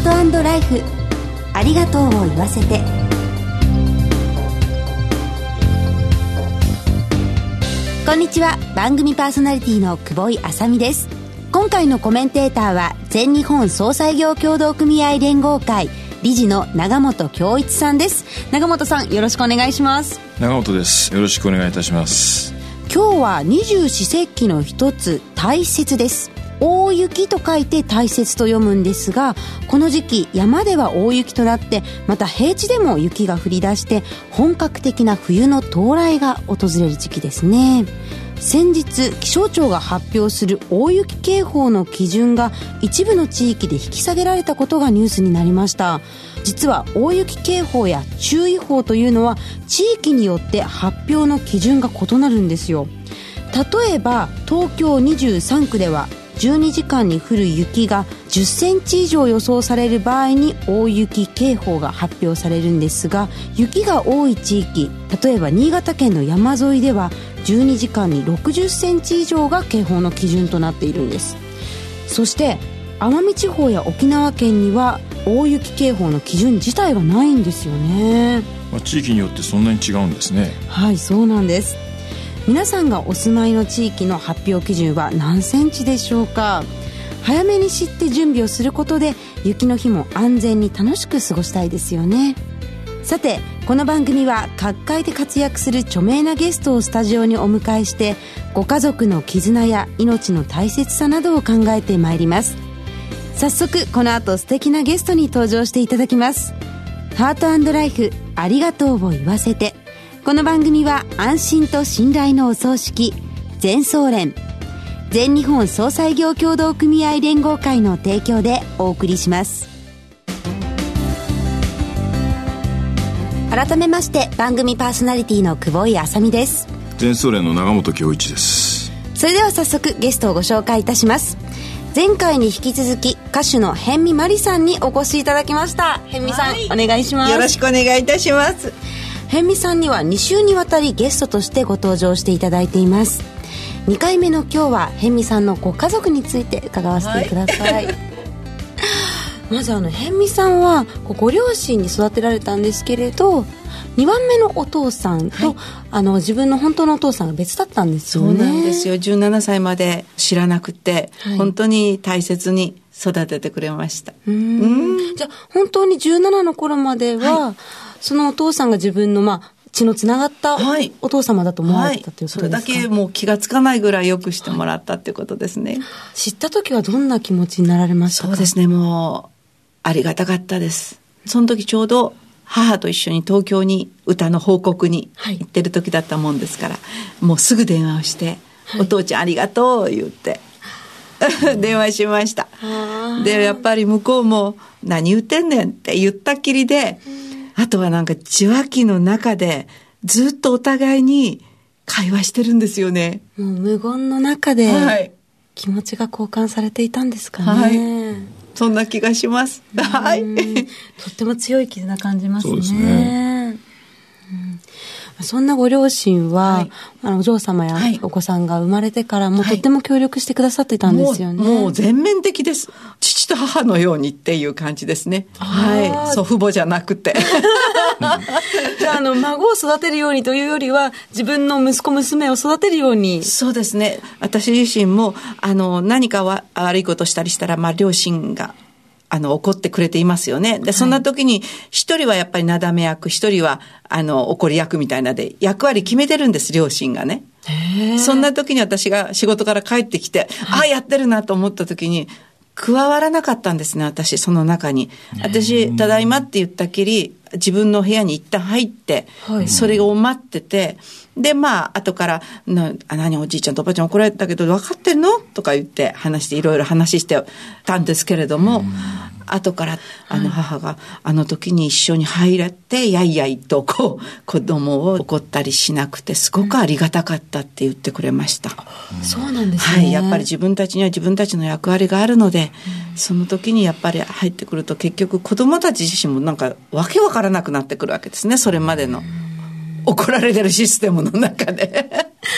ト&ライフ、ありがとうを言わせて。こんにちは、番組パーソナリティの久保井あさみです。今回のコメンテーターは全日本総裁業協同組合連合会理事の永本恭一さんです。永本さん、よろしくお願いします。 永本です。よろしくお願いいたします。 今日は二十四節気の一つ、大雪です。大雪と書いて大雪と読むんですが、この時期山では大雪となって、また平地でも雪が降り出して本格的な冬の到来が訪れる時期ですね。先日気象庁が発表する大雪警報の基準が一部の地域で引き下げられたことがニュースになりました。実は大雪警報や注意報というのは地域によって発表の基準が異なるんですよ。例えば東京23区では12時間に降る雪が10センチ以上予想される場合に大雪警報が発表されるんですが、雪が多い地域、例えば新潟県の山沿いでは12時間に60センチ以上が警報の基準となっているんです。そして奄美地方や沖縄県には大雪警報の基準自体がないんですよね。 地域によってそんなに違うんですね。 はい、そうなんです。皆さんがお住まいの地域の発表基準は何センチでしょうか。早めに知って準備をすることで雪の日も安全に楽しく過ごしたいですよね。さて、この番組は各界で活躍する著名なゲストをスタジオにお迎えして、ご家族の絆や命の大切さなどを考えてまいります。早速この後素敵なゲストに登場していただきます。ハート&ライフ、ありがとうを言わせて。この番組は安心と信頼のお葬式全総連、全日本総裁業協同組合連合会の提供でお送りします。改めまして番組パーソナリティの久保井あさみです。 全総連の永本恭一です。 それでは早速ゲストをご紹介いたします。前回に引き続き歌手の辺見マリさんにお越しいただきました。辺見さん、はい、お願いします。 よろしくお願いいたします。 辺見さんには2週にわたりゲストとしてご登場していただいています。2回目の今日は辺見さんのご家族について伺わせてください、はい、まず辺見さんはご両親に育てられたんですけれど、2番目のお父さんと、はい、自分の本当のお父さんが別だったんですよね。 そうなんですよ。17歳まで知らなくて、はい、本当に大切に育ててくれました。 じゃあ本当に17の頃までは、はい、そのお父さんが自分の血のつながったお父様だと思われてたということですか。 それだけもう気がつかないぐらいよくしてもらったっていうことですね、はい、 知った時はどんな気持ちになられましたか。 そうですね、もうありがたかったです。その時ちょうど母と一緒に東京に歌の報告に行ってる時だったもんですから、はい、もうすぐ電話をして、はい、お父ちゃんありがとう言って電話しました。でやっぱり向こうも何言ってんねんって言ったきりで、あとはなんか受話器の中でずっとお互いに会話してるんですよね。 もう無言の中で気持ちが交換されていたんですかね、はい、 そんな気がします。はい、 とっても強い絆感じますね。 そうですね。 そんなご両親は、はい、お嬢様やお子さんが生まれてからもとっても協力してくださってたんですよね、 もう全面的です。父と母のようにっていう感じですね。はい、祖父母じゃなくてじゃあ孫を育てるようにというよりは自分の息子娘を育てるように。 そうですね。私自身も何か悪いことしたりしたら、両親が怒ってくれていますよね。で、そんな時に一人はやっぱりなだめ役、一人は怒り役みたいなで役割決めてるんです、両親がね。そんな時に私が仕事から帰ってきて、やってるなと思った時に加わらなかったんですね、私その中に。私ただいまって言ったきり自分の部屋に一旦入って、それを待ってて、で後から何おじいちゃんとおばあちゃん怒られたけど分かってんのとか言って話していろいろ話してたんですけれども、後から母が時に一緒に入れてやいやいと子供を怒ったりしなくてすごくありがたかったって言ってくれました、 そうなんですね。 はい、やっぱり自分たちには自分たちの役割があるので、その時にやっぱり入ってくると結局子供たち自身もなんかわけわからなくなってくるわけですね。それまでの怒られてるシステムの中で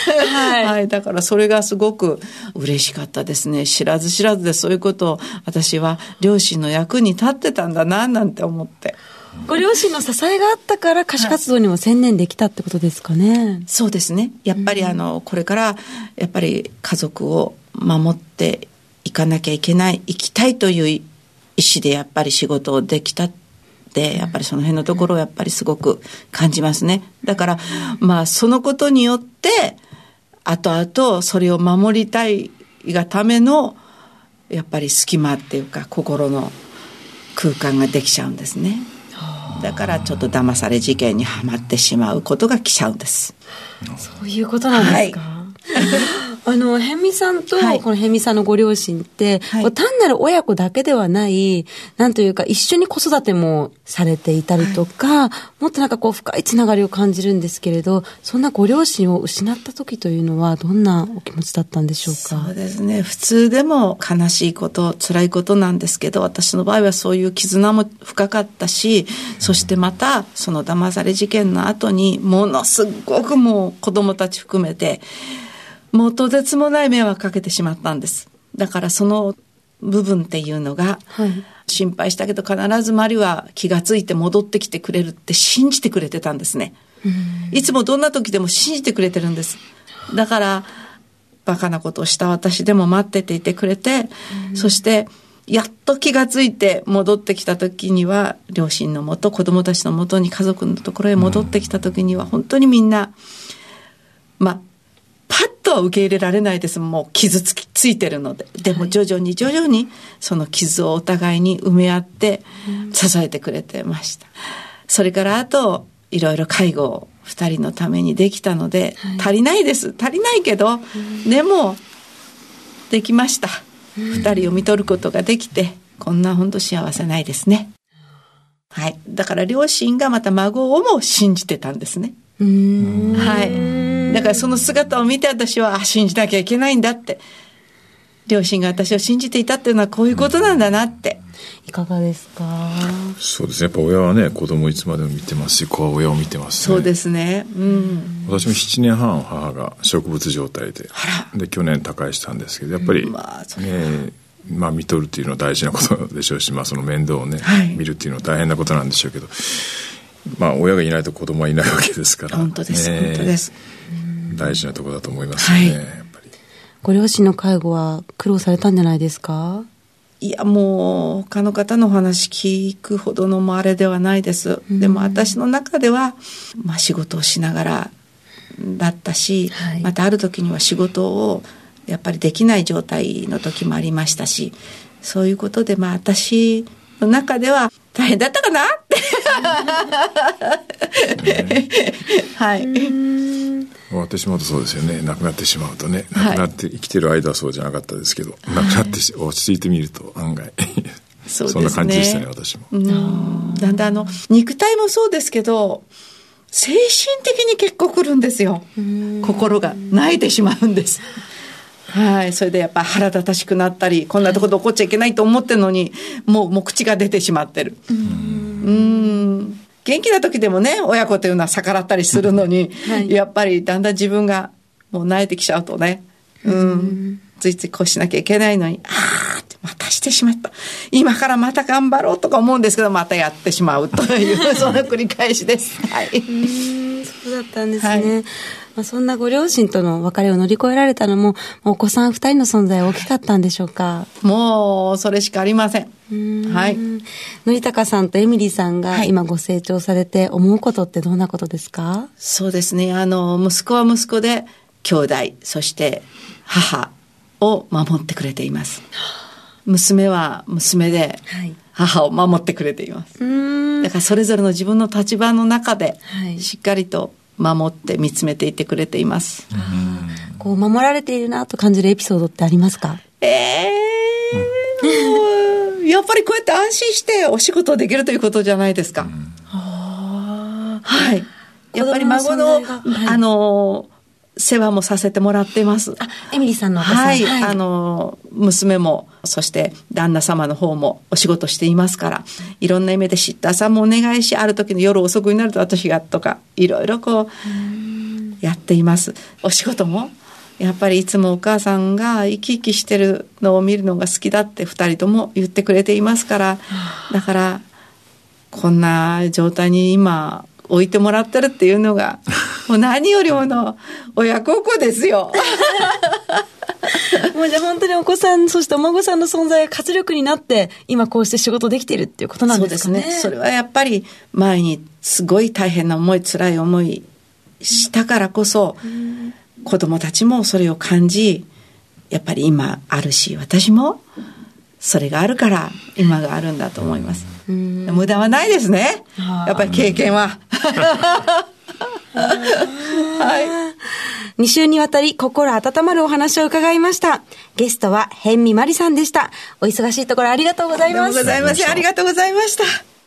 はいはい、だからそれがすごく嬉しかったですね。知らず知らずでそういうことを私は両親の役に立ってたんだななんて思って。 ご両親の支えがあったから歌手活動にも専念できたってことですかね。 そうですね。やっぱりこれからやっぱり家族を守っていかなきゃいけない、生きたいという意思でやっぱり仕事をできたってやっぱりその辺のところをやっぱりすごく感じますね。だからまあそのことによって後々それを守りたいがためのやっぱり隙間っていうか心の空間ができちゃうんですね。だからちょっと騙され事件にはまってしまうことが来ちゃうんです。 そういうことなんですか。はい、辺見さんと、この辺見さんのご両親って、単なる親子だけではない、なんというか一緒に子育てもされていたりとか、もっとなんかこう深いつながりを感じるんですけれど、そんなご両親を失った時というのはどんなお気持ちだったんでしょうか。 そうですね。普通でも悲しいこと、辛いことなんですけど、私の場合はそういう絆も深かったし、そしてまたその騙され事件の後にものすごくもう子供たち含めてもうとてつもない迷惑かけてしまったんです。だからその部分っていうのが、心配したけど必ずマリは気がついて戻ってきてくれるって信じてくれてたんですね。いつもどんな時でも信じてくれてるんです。だからバカなことをした私でも待ってていてくれて、そしてやっと気がついて戻ってきた時には両親のもと、子供たちのもとに、家族のところへ戻ってきた時には本当にみんなパッとは受け入れられないです。もう傷ついてるので。でも徐々に徐々にその傷をお互いに埋め合って支えてくれてました。それからあといろいろ介護を2人のためにできたので、足りないです。足りないけど、でもできました。2人を見とることができて、こんな本当幸せないですね。はい。だから両親がまた孫をも信じてたんですね。はい。だからその姿を見て私は信じなきゃいけないんだって、両親が私を信じていたっていうのはこういうことなんだなって。 いかがですか。 そうですね。やっぱ親はね、子供いつまでも見てますし、子は親を見てますね。 そうですね。 私も7年半母が植物状態で去年他界したんですけど、やっぱり見とるっていうのは大事なことでしょうし、その面倒をね、見るっていうのは大変なことなんでしょうけど、親がいないと子供はいないわけですから。 本当です、本当です。 大事なところだと思いますよね、やっぱり。 ご両親の介護は苦労されたんじゃないですか。 いや、もう他の方のお話聞くほどのもあれではないです。でも私の中では、仕事をしながらだったし、またある時には仕事をやっぱりできない状態の時もありましたし、そういうことで私の中では大変だったかなってはい。 私もそうですよね。亡くなってしまうとね、亡くなって生きてる間はそうじゃなかったですけど、亡くなって落ち着いてみると案外そんな感じでしたね、私も。 だんだん肉体もそうですけど、精神的に結構くるんですよ。心が泣いてしまうんです。はい。それでやっぱ腹立たしくなったり、こんなところで怒っちゃいけないと思ってるのに、もう口が出てしまってる。元気な時でもね、親子というのは逆らったりするのに、やっぱりだんだん自分がもう泣いてきちゃうとね、ついついこうしなきゃいけないのに、ってまたしてしまった。今からまた頑張ろうとか思うんですけど、またやってしまうというその繰り返しです。はい。 そうだったんですね。そんなご両親との別れを乗り越えられたのも、お子さん2人の存在は大きかったんでしょうか。 もうそれしかありません。はい。 典孝さんとエミリーさんが今ご成長されて思うことってどんなことですか。 そうですね。息子は息子で兄弟、そして母を守ってくれています。娘は娘で母を守ってくれています。だからそれぞれの自分の立場の中でしっかりと守って見つめていてくれています。 こう守られているなと感じるエピソードってありますか。 やっぱりこうやって安心してお仕事できるということじゃないですか。はい。やっぱり孫の世話もさせてもらっています。 エミリーさんのお子さん。 はい。娘も、そして旦那様の方もお仕事していますから、いろんな意味でシッターさんもお願いし、ある時の夜遅くになると私がとか、いろいろこう、 やっています。お仕事もやっぱりいつもお母さんが生き生きしてるのを見るのが好きだって2人とも言ってくれていますから、だからこんな状態に今置いてもらってるっていうのがもう何よりもの親孝行ですよ。 もうじゃあ本当にお子さんそしてお孫さんの存在が活力になって今こうして仕事できているっていうことなんですかね。 そうですね。それはやっぱり前にすごい大変な思い、辛い思いしたからこそ、子供たちもそれを感じ、やっぱり今あるし、私もそれがあるから今があるんだと思います。無駄はないですね。やっぱり経験は。 はい。2週にわたり心温まるお話を伺いました。ゲストは辺見マリさんでした。お忙しいところありがとうございます。 ありがとうございました。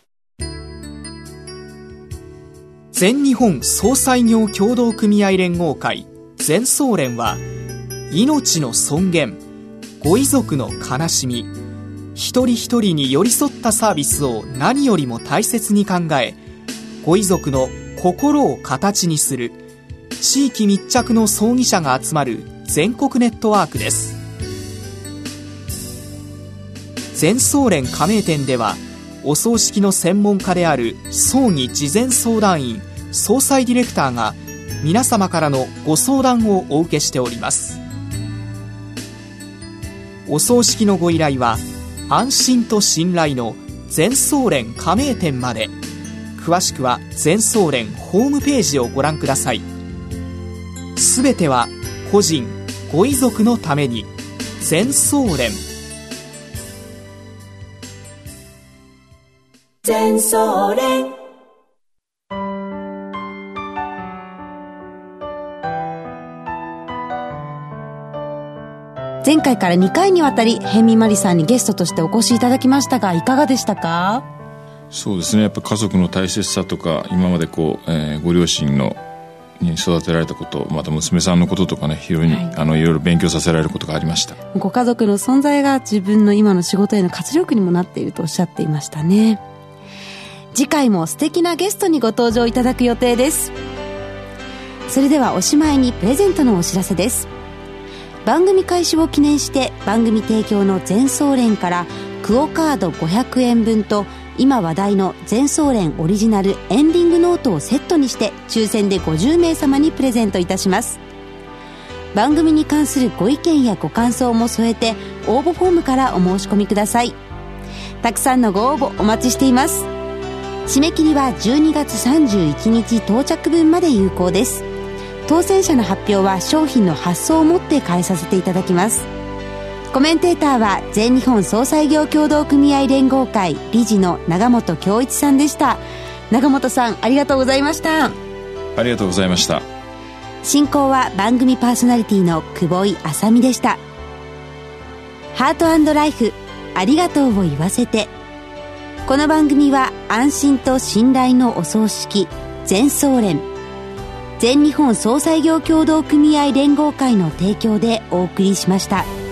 全日本総裁業協同組合連合会全総連は、命の尊厳、ご遺族の悲しみ、一人一人に寄り添ったサービスを何よりも大切に考え、ご遺族の心を形にする地域密着の葬儀社が集まる全国ネットワークです。全総連加盟店では、お葬式の専門家である葬儀事前相談員、総裁ディレクターが皆様からのご相談をお受けしております。お葬式のご依頼は安心と信頼の全総連加盟店まで。詳しくは全総連ホームページをご覧ください。すべては個人ご遺族のために。全総連。 全総連。 前回から2回にわたり辺見マリさんにゲストとしてお越しいただきましたが、いかがでしたか？ そうですね、やっぱ家族の大切さとか、今までご両親に育てられたこと、また娘さんのこととかね、いろいろ勉強させられることがありました。 ご家族の存在が自分の今の仕事への活力にもなっているとおっしゃっていましたね。次回も素敵なゲストにご登場いただく予定です。それではおしまいにプレゼントのお知らせです。番組開始を記念して番組提供の全総連からクオカード500円分と今話題の全総連オリジナルエンディングノートをセットにして抽選で50名様にプレゼントいたします。番組に関するご意見やご感想も添えて応募フォームからお申し込みください。たくさんのご応募お待ちしています。締め切りは12月31日到着分まで有効です。当選者の発表は商品の発送をもって返させていただきます。コメンテーターは全日本総裁業協同組合連合会理事の永本恭一さんでした。永本さん、ありがとうございました。 ありがとうございました。 進行は番組パーソナリティの久保井あさみでした。ハート&ライフ、ありがとうを言わせて。この番組は安心と信頼のお葬式全総連、全日本総裁業協同組合連合会の提供でお送りしました。